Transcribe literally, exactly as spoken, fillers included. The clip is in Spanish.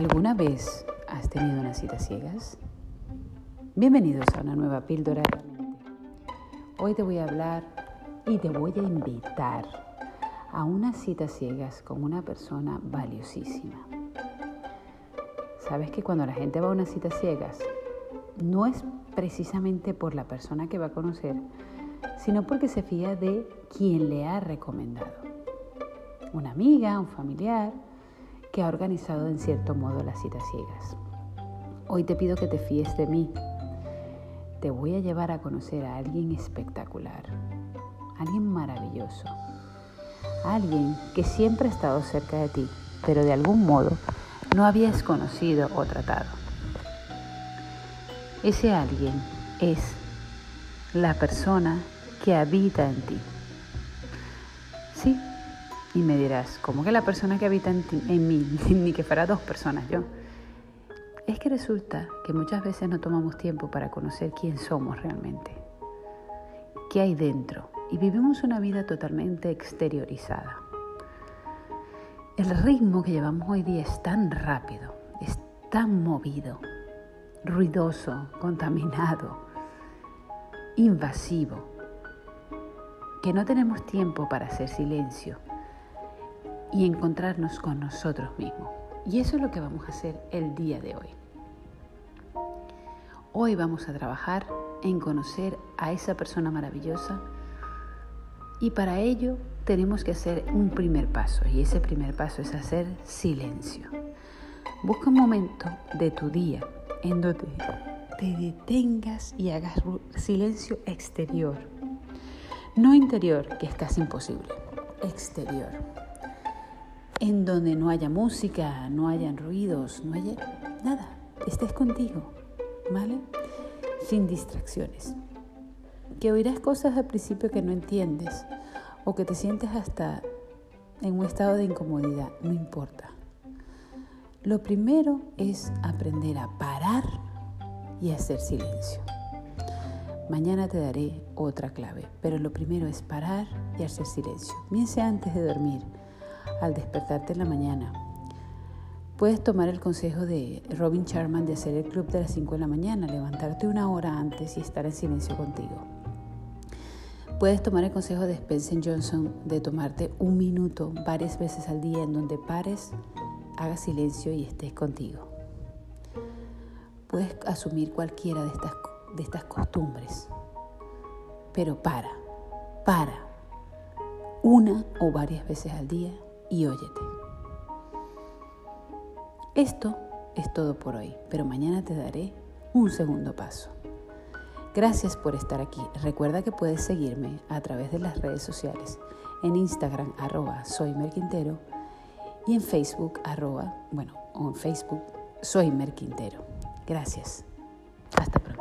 ¿Alguna vez has tenido una cita ciegas? Bienvenidos a una nueva píldora de la mente. Hoy te voy a hablar y te voy a invitar a una cita ciegas con una persona valiosísima. ¿Sabes que cuando la gente va a una cita ciegas no es precisamente por la persona que va a conocer, sino porque se fía de quien le ha recomendado? Una amiga, un familiar que ha organizado en cierto modo las citas ciegas. Hoy te pido que te fíes de mí. Te voy a llevar a conocer a alguien espectacular, alguien maravilloso, alguien que siempre ha estado cerca de ti, pero de algún modo no habías conocido o tratado. Ese alguien es la persona que habita en ti. Sí. Y me dirás, ¿cómo que la persona que habita en, ti, en mí, ni que fuera dos personas yo? Es que resulta que muchas veces no tomamos tiempo para conocer quién somos realmente, qué hay dentro, y vivimos una vida totalmente exteriorizada. El ritmo que llevamos hoy día es tan rápido, es tan movido, ruidoso, contaminado, invasivo, que no tenemos tiempo para hacer silencio y encontrarnos con nosotros mismos. Y eso es lo que vamos a hacer el día de hoy. Hoy vamos a trabajar en conocer a esa persona maravillosa, y para ello tenemos que hacer un primer paso, y ese primer paso es hacer silencio. Busca un momento de tu día en donde te detengas y hagas silencio exterior, no interior, que es casi imposible, exterior, en donde no haya música, no hayan ruidos, no haya nada, estés contigo, ¿vale? Sin distracciones. Que oirás cosas al principio que no entiendes o que te sientes hasta en un estado de incomodidad, no importa. Lo primero es aprender a parar y hacer silencio. Mañana te daré otra clave, pero lo primero es parar y hacer silencio. Bien sea antes de dormir, al despertarte en la mañana. Puedes tomar el consejo de Robin Sharma de hacer el club de las cinco de la mañana, levantarte una hora antes y estar en silencio contigo. Puedes tomar el consejo de Spencer Johnson de tomarte un minuto varias veces al día en donde pares, hagas silencio y estés contigo. Puedes asumir cualquiera de estas, de estas costumbres, pero para, para, una o varias veces al día y óyete. Esto es todo por hoy, pero mañana te daré un segundo paso. Gracias por estar aquí. Recuerda que puedes seguirme a través de las redes sociales, en Instagram, arroba soy Mer Quintero, y en Facebook, arroba, bueno, o en Facebook, soy Mer Quintero. Gracias. Hasta pronto.